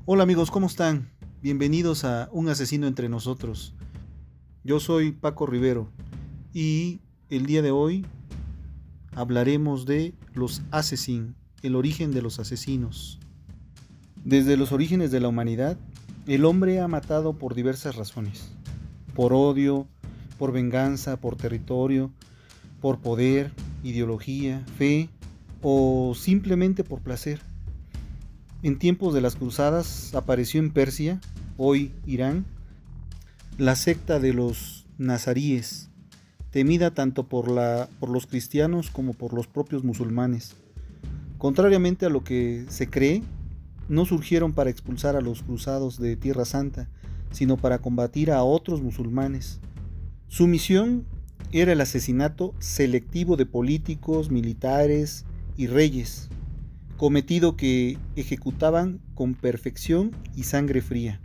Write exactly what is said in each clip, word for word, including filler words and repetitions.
Hola amigos, ¿cómo están? Bienvenidos a Un Asesino entre Nosotros. Yo soy Paco Rivero y el día de hoy hablaremos de los asesinos, el origen de los asesinos. Desde los orígenes de la humanidad, el hombre ha matado por diversas razones. Por odio, por venganza, por territorio, por poder, ideología, fe o simplemente por placer. En tiempos de las cruzadas apareció en Persia, hoy Irán, la secta de los nazaríes, temida tanto por, la, por los cristianos como por los propios musulmanes. Contrariamente a lo que se cree, no surgieron para expulsar a los cruzados de Tierra Santa, sino para combatir a otros musulmanes. Su misión era el asesinato selectivo de políticos, militares y reyes, cometido que ejecutaban con perfección y sangre fría.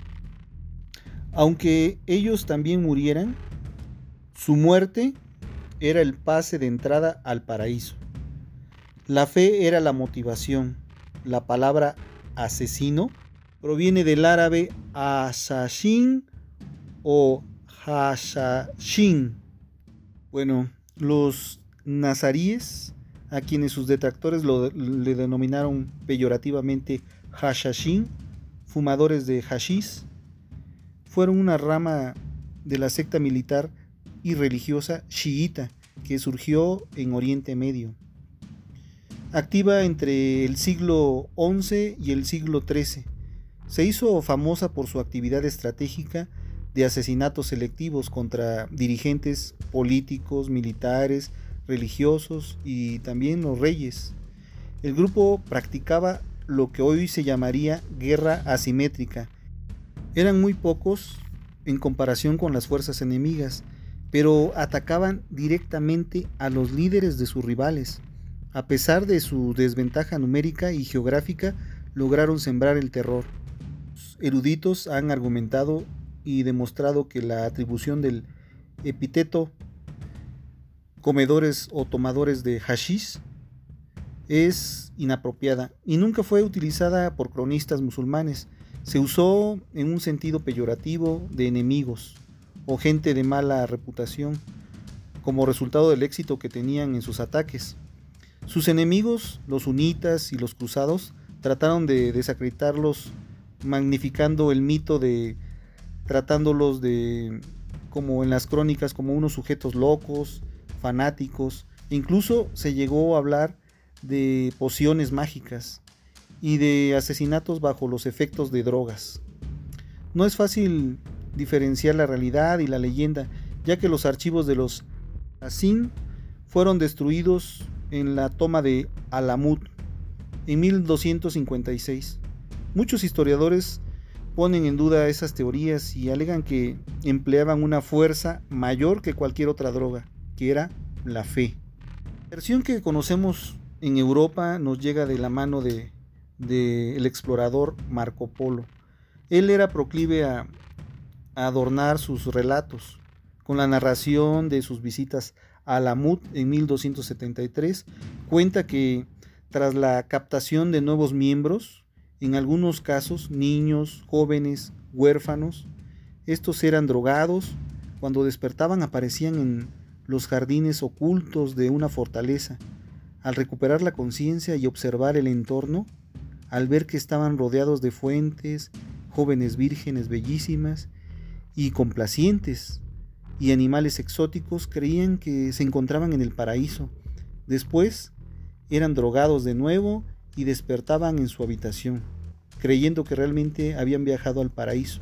Aunque ellos también murieran, su muerte era el pase de entrada al paraíso. La fe era la motivación. La palabra asesino proviene del árabe asashin o hashashin. Bueno, los nazaríes, a quienes sus detractores lo, le denominaron peyorativamente hashashin, fumadores de hashís, fueron una rama de la secta militar y religiosa chiita que surgió en Oriente Medio, activa entre el siglo once y el siglo trece. Se hizo famosa por su actividad estratégica de asesinatos selectivos contra dirigentes políticos, militares, religiosos y también los reyes. El grupo practicaba lo que hoy se llamaría guerra asimétrica. Eran muy pocos en comparación con las fuerzas enemigas, pero atacaban directamente a los líderes de sus rivales. A pesar de su desventaja numérica y geográfica, lograron sembrar el terror. Los eruditos han argumentado y demostrado que la atribución del epíteto comedores o tomadores de hashish es inapropiada y nunca fue utilizada por cronistas musulmanes. Se usó en un sentido peyorativo de enemigos o gente de mala reputación como resultado del éxito que tenían en sus ataques. Sus enemigos, los sunitas y los cruzados, trataron de desacreditarlos magnificando el mito de tratándolos de como en las crónicas como unos sujetos locos, fanáticos. Incluso se llegó a hablar de pociones mágicas y de asesinatos bajo los efectos de drogas. No es fácil diferenciar la realidad y la leyenda, ya que los archivos de los Asin fueron destruidos en la toma de Alamut en mil doscientos cincuenta y seis. Muchos historiadores ponen en duda esas teorías y alegan que empleaban una fuerza mayor que cualquier otra droga, que era la fe. La versión que conocemos en Europa nos llega de la mano de, de el explorador Marco Polo. Él era proclive a, a adornar sus relatos con la narración de sus visitas a Alamut en mil doscientos setenta y tres. Cuenta que tras la captación de nuevos miembros, en algunos casos niños, jóvenes, huérfanos, estos eran drogados. Cuando despertaban aparecían en los jardines ocultos de una fortaleza. Al recuperar la conciencia y observar el entorno, al ver que estaban rodeados de fuentes, jóvenes vírgenes bellísimas y complacientes, y animales exóticos, creían que se encontraban en el paraíso. Después eran drogados de nuevo y despertaban en su habitación, creyendo que realmente habían viajado al paraíso.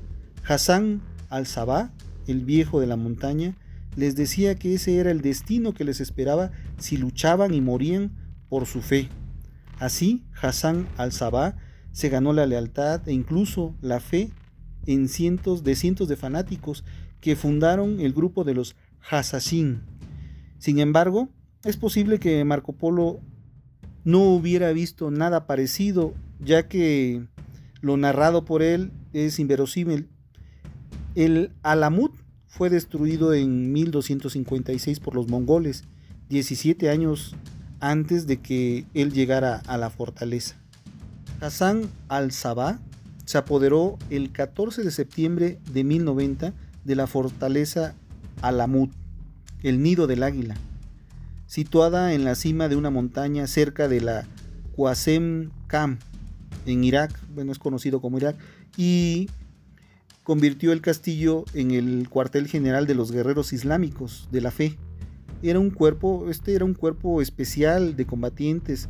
Hassan al-Sabah, el viejo de la montaña, les decía que ese era el destino que les esperaba si luchaban y morían por su fe. Así, Hassan al-Sabah se ganó la lealtad e incluso la fe en cientos de cientos de fanáticos que fundaron el grupo de los Hashashin. Sin embargo, es posible que Marco Polo no hubiera visto nada parecido, ya que lo narrado por él es inverosímil. El Alamut fue destruido en mil doscientos cincuenta y seis por los mongoles, diecisiete años antes de que él llegara a la fortaleza. Hassan al-Sabah se apoderó el catorce de septiembre de mil noventa de la fortaleza Alamut, el nido del águila, situada en la cima de una montaña cerca de la Qasem Khan, en Irak, bueno, es conocido como Irak, y convirtió el castillo en el cuartel general de los guerreros islámicos de la fe. Era un cuerpo, este era un cuerpo especial de combatientes,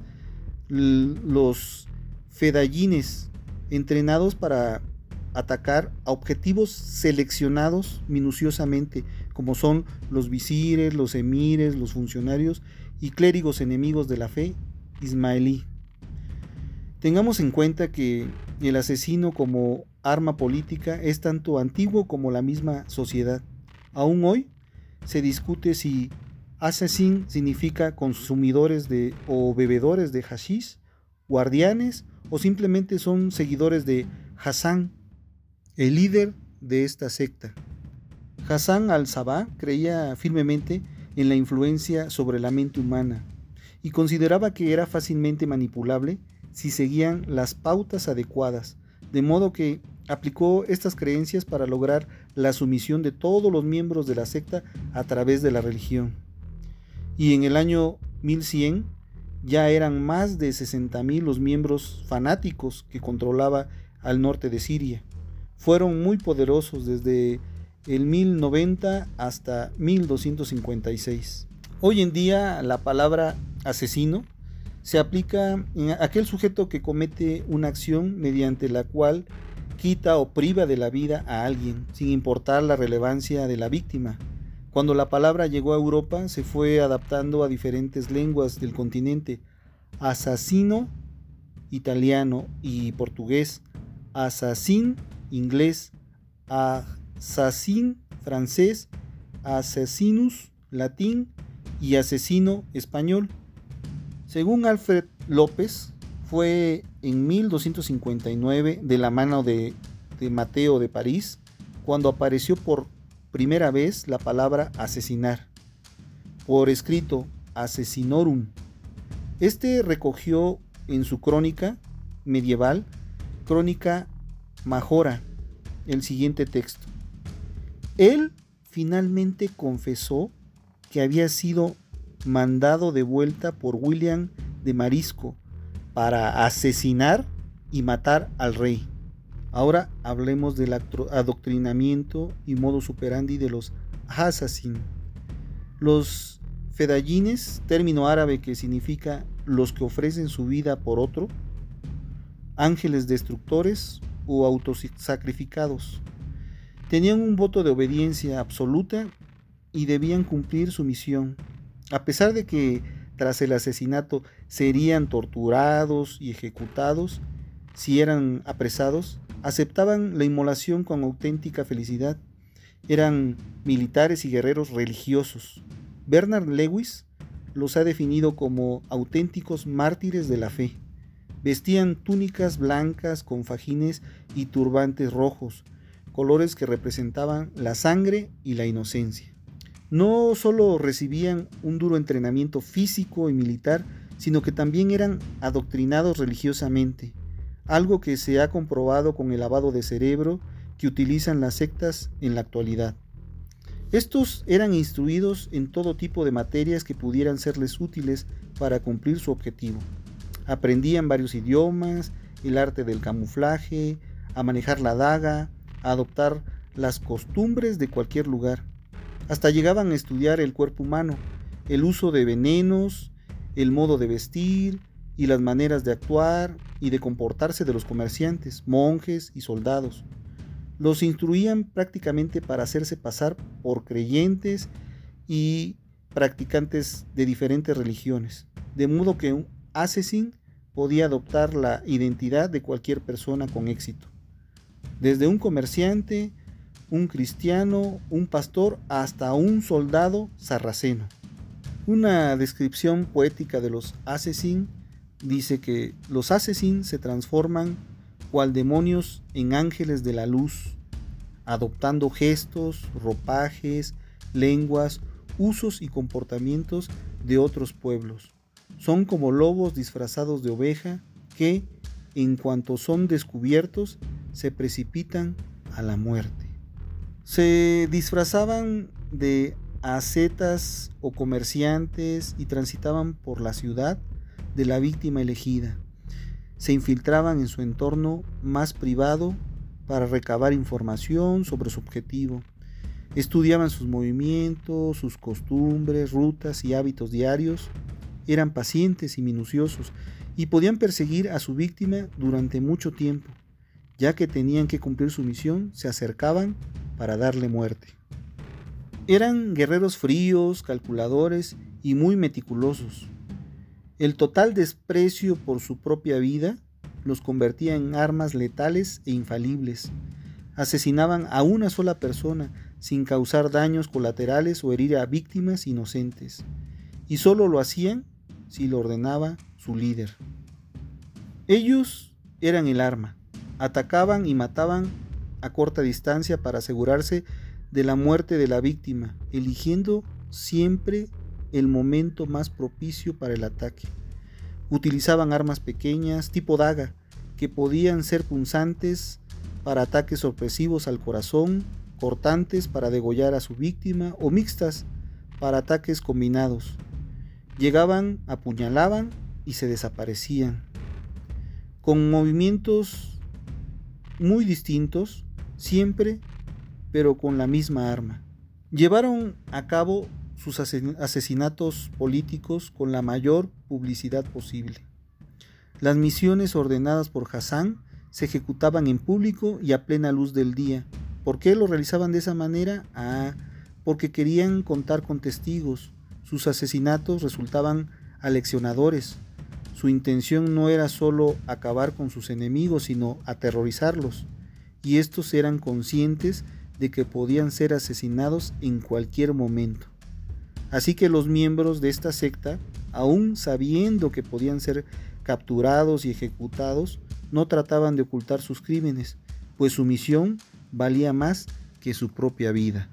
los fedayines, entrenados para atacar a objetivos seleccionados minuciosamente, como son los visires, los emires, los funcionarios y clérigos enemigos de la fe ismaelí. Tengamos en cuenta que el asesino como arma política es tanto antiguo como la misma sociedad. Aún hoy se discute si assassin significa consumidores de o bebedores de hashish, guardianes o simplemente son seguidores de Hassan, el líder de esta secta. Hassan al-Sabah creía firmemente en la influencia sobre la mente humana y consideraba que era fácilmente manipulable si seguían las pautas adecuadas, de modo que aplicó estas creencias para lograr la sumisión de todos los miembros de la secta a través de la religión. Y en el año mil cien ya eran más de sesenta mil los miembros fanáticos que controlaba al norte de Siria. Fueron muy poderosos desde el mil noventa hasta mil doscientos cincuenta y seis. Hoy en día la palabra asesino se aplica a aquel sujeto que comete una acción mediante la cual quita o priva de la vida a alguien, sin importar la relevancia de la víctima. Cuando la palabra llegó a Europa, se fue adaptando a diferentes lenguas del continente: asesino italiano y portugués, assassin inglés, assassin francés, assassinus latín y asesino español. Según Alfred López, fue en mil doscientos cincuenta y nueve, de la mano de, de Mateo de París, cuando apareció por primera vez la palabra asesinar, por escrito asesinorum. Este recogió en su crónica medieval, Crónica Majora, el siguiente texto: él finalmente confesó que había sido mandado de vuelta por William de Marisco para asesinar y matar al rey. Ahora hablemos del adoctrinamiento y modus operandi de los assassin. Los fedayines, término árabe que significa los que ofrecen su vida por otro, ángeles destructores o autosacrificados, tenían un voto de obediencia absoluta y debían cumplir su misión, a pesar de que tras el asesinato serían torturados y ejecutados. Si eran apresados, aceptaban la inmolación con auténtica felicidad. Eran militares y guerreros religiosos. Bernard Lewis los ha definido como auténticos mártires de la fe. Vestían túnicas blancas con fajines y turbantes rojos, colores que representaban la sangre y la inocencia. No solo recibían un duro entrenamiento físico y militar, sino que también eran adoctrinados religiosamente, algo que se ha comprobado con el lavado de cerebro que utilizan las sectas en la actualidad. Estos eran instruidos en todo tipo de materias que pudieran serles útiles para cumplir su objetivo. Aprendían varios idiomas, el arte del camuflaje, a manejar la daga, a adoptar las costumbres de cualquier lugar. Hasta llegaban a estudiar el cuerpo humano, el uso de venenos, el modo de vestir y las maneras de actuar y de comportarse de los comerciantes, monjes y soldados. Los instruían prácticamente para hacerse pasar por creyentes y practicantes de diferentes religiones, de modo que un assassin podía adoptar la identidad de cualquier persona con éxito, desde un comerciante, un cristiano, un pastor, hasta un soldado sarraceno. Una descripción poética de los assassin dice que los assassin se transforman cual demonios en ángeles de la luz, adoptando gestos, ropajes, lenguas, usos y comportamientos de otros pueblos. Son como lobos disfrazados de oveja que, en cuanto son descubiertos, se precipitan a la muerte. Se disfrazaban de ascetas o comerciantes y transitaban por la ciudad de la víctima elegida. Se infiltraban en su entorno más privado para recabar información sobre su objetivo. Estudiaban sus movimientos, sus costumbres, rutas y hábitos diarios. Eran pacientes y minuciosos y podían perseguir a su víctima durante mucho tiempo. Ya que tenían que cumplir su misión, se acercaban para darle muerte. Eran guerreros fríos, calculadores y muy meticulosos. El total desprecio por su propia vida los convertía en armas letales e infalibles. Asesinaban a una sola persona sin causar daños colaterales o herir a víctimas inocentes, y solo lo hacían si lo ordenaba su líder. Ellos eran el arma, atacaban y mataban a corta distancia para asegurarse de la muerte de la víctima, eligiendo siempre el momento más propicio para el ataque. Utilizaban armas pequeñas tipo daga que podían ser punzantes para ataques sorpresivos al corazón, cortantes para degollar a su víctima o mixtas para ataques combinados. Llegaban, apuñalaban y se desaparecían. Con movimientos muy distintos, siempre, pero con la misma arma. Llevaron a cabo sus asesinatos políticos con la mayor publicidad posible. Las misiones ordenadas por Hassan se ejecutaban en público y a plena luz del día. ¿Por qué lo realizaban de esa manera? Ah, porque querían contar con testigos. Sus asesinatos resultaban aleccionadores. Su intención no era solo acabar con sus enemigos, sino aterrorizarlos. Y estos eran conscientes de que podían ser asesinados en cualquier momento. Así que los miembros de esta secta, aún sabiendo que podían ser capturados y ejecutados, no trataban de ocultar sus crímenes, pues su misión valía más que su propia vida.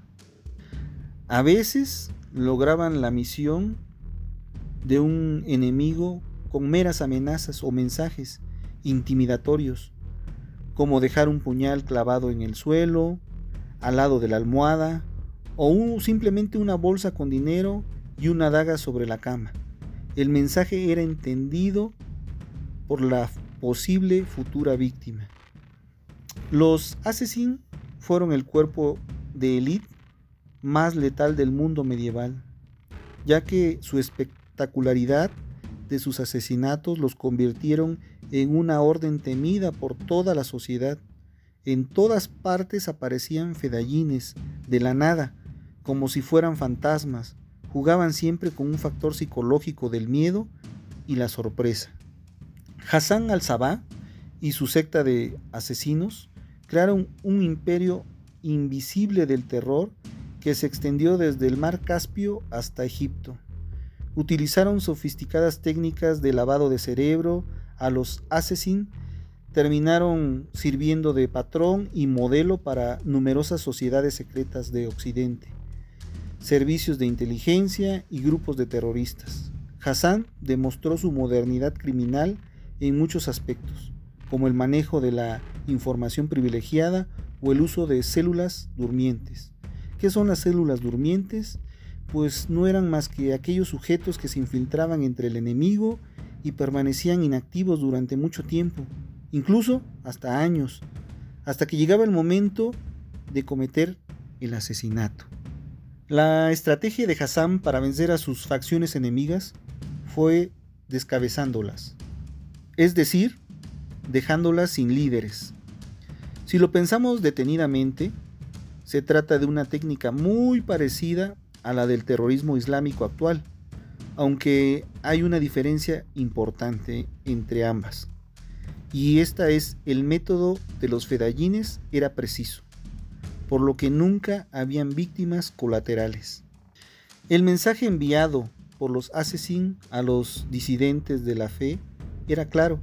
A veces lograban la misión de un enemigo con meras amenazas o mensajes intimidatorios, como dejar un puñal clavado en el suelo, al lado de la almohada, o un, simplemente una bolsa con dinero y una daga sobre la cama. El mensaje era entendido por la posible futura víctima. Los asesinos fueron el cuerpo de élite más letal del mundo medieval, ya que su espectacularidad de sus asesinatos los convirtieron en una orden temida por toda la sociedad. En todas partes aparecían fedayines de la nada, como si fueran fantasmas. Jugaban siempre con un factor psicológico del miedo y la sorpresa. Hassan al-Sabah y su secta de asesinos crearon un imperio invisible del terror que se extendió desde el mar Caspio hasta Egipto. Utilizaron sofisticadas técnicas de lavado de cerebro a los asesinos. Terminaron sirviendo de patrón y modelo para numerosas sociedades secretas de Occidente, servicios de inteligencia y grupos de terroristas. Hassan demostró su modernidad criminal en muchos aspectos, como el manejo de la información privilegiada o el uso de células durmientes. ¿Qué son las células durmientes? Pues no eran más que aquellos sujetos que se infiltraban entre el enemigo y permanecían inactivos durante mucho tiempo, incluso hasta años, hasta que llegaba el momento de cometer el asesinato. La estrategia de Hassan para vencer a sus facciones enemigas fue descabezándolas, es decir, dejándolas sin líderes. Si lo pensamos detenidamente, se trata de una técnica muy parecida a la del terrorismo islámico actual, aunque hay una diferencia importante entre ambas. Y esta es: el método de los fedayines era preciso, por lo que nunca habían víctimas colaterales. El mensaje enviado por los asesinos a los disidentes de la fe era claro: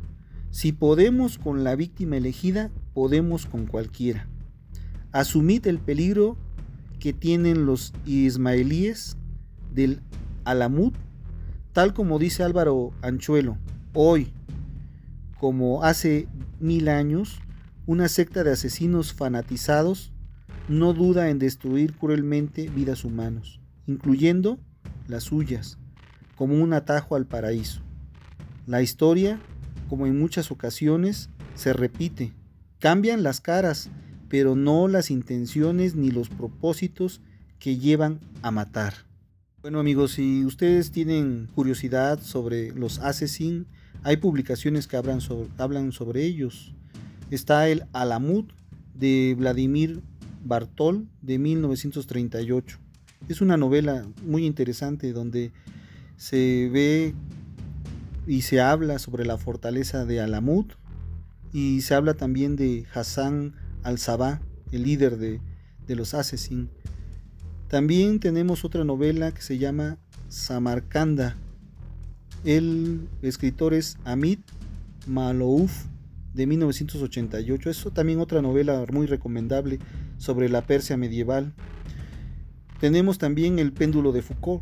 si podemos con la víctima elegida, podemos con cualquiera. Asumid el peligro que tienen los ismaelíes del Alamut, tal como dice Álvaro Anchuelo, hoy, como hace mil años, una secta de asesinos fanatizados, no duda en destruir cruelmente vidas humanas, incluyendo las suyas, como un atajo al paraíso. La historia, como en muchas ocasiones, se repite. Cambian las caras, pero no las intenciones ni los propósitos que llevan a matar. Bueno amigos, si ustedes tienen curiosidad sobre los Asesín, hay publicaciones que hablan sobre, hablan sobre ellos. Está el Alamut de Vladimir Bartol de mil novecientos treinta y ocho. Es una novela muy interesante donde se ve y se habla sobre la fortaleza de Alamut, y se habla también de Hassan al-Sabah, el líder de, de los Asesín. También tenemos otra novela que se llama Samarcanda. El escritor es Amit Malouf de mil novecientos ochenta y ocho. Es también otra novela muy recomendable sobre la Persia medieval. Tenemos también El péndulo de Foucault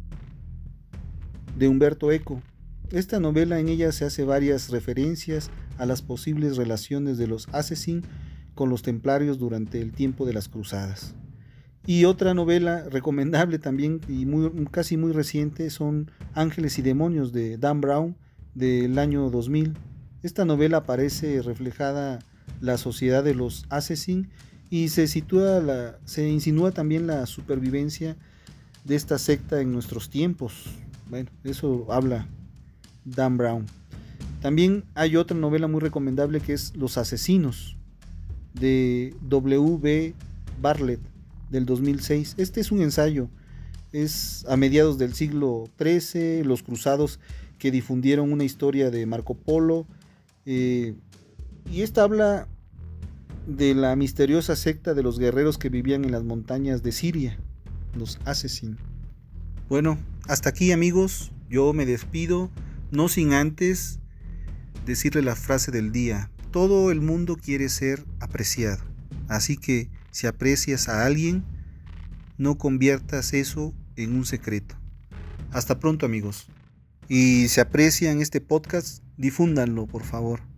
de Humberto Eco. Esta novela, en ella se hace varias referencias a las posibles relaciones de los Asesín con los templarios durante el tiempo de las cruzadas. Y otra novela recomendable también y muy, casi muy reciente son Ángeles y demonios de Dan Brown del año dos mil. Esta novela aparece reflejada la sociedad de los Asesín y se sitúa la, se insinúa también la supervivencia de esta secta en nuestros tiempos. Bueno, eso habla Dan Brown. También hay otra novela muy recomendable que es Los asesinos de W B Bartlett del dos mil seis. Este es un ensayo, es a mediados del siglo trece, los cruzados que difundieron una historia de Marco Polo, eh, y esta habla de la misteriosa secta de los guerreros que vivían en las montañas de Siria, los Asesín. Bueno, hasta aquí amigos, yo me despido, no sin antes decirle la frase del día: todo el mundo quiere ser apreciado, así que si aprecias a alguien, no conviertas eso en un secreto. Hasta pronto amigos. Y si aprecian este podcast, difúndanlo por favor.